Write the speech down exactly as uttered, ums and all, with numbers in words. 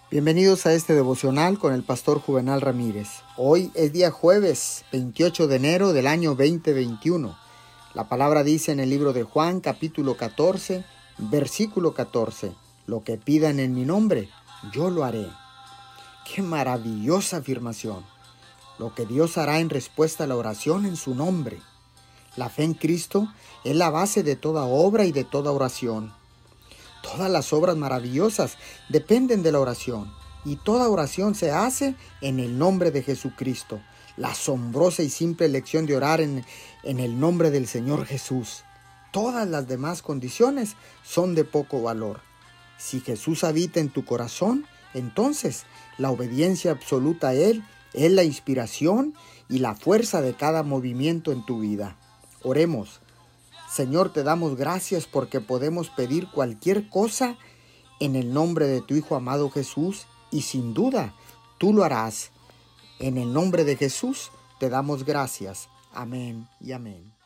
Bienvenidos a este devocional con el pastor Juvenal Ramírez. Hoy es día jueves, veintiocho de enero del año veinte veintiuno. La palabra dice en el libro de Juan, capítulo catorce, versículo catorce, lo que pidan en mi nombre, yo lo haré. ¡Qué maravillosa afirmación! Lo que Dios hará en respuesta a la oración en su nombre. La fe en Cristo es la base de toda obra y de toda oración. Todas las obras maravillosas dependen de la oración, y toda oración se hace en el nombre de Jesucristo. La asombrosa y simple elección de orar en, en el nombre del Señor Jesús. Todas las demás condiciones son de poco valor. Si Jesús habita en tu corazón, entonces la obediencia absoluta a Él es la inspiración y la fuerza de cada movimiento en tu vida. Oremos. Señor, te damos gracias porque podemos pedir cualquier cosa en el nombre de tu Hijo amado Jesús y sin duda tú lo harás. En el nombre de Jesús te damos gracias. Amén y amén.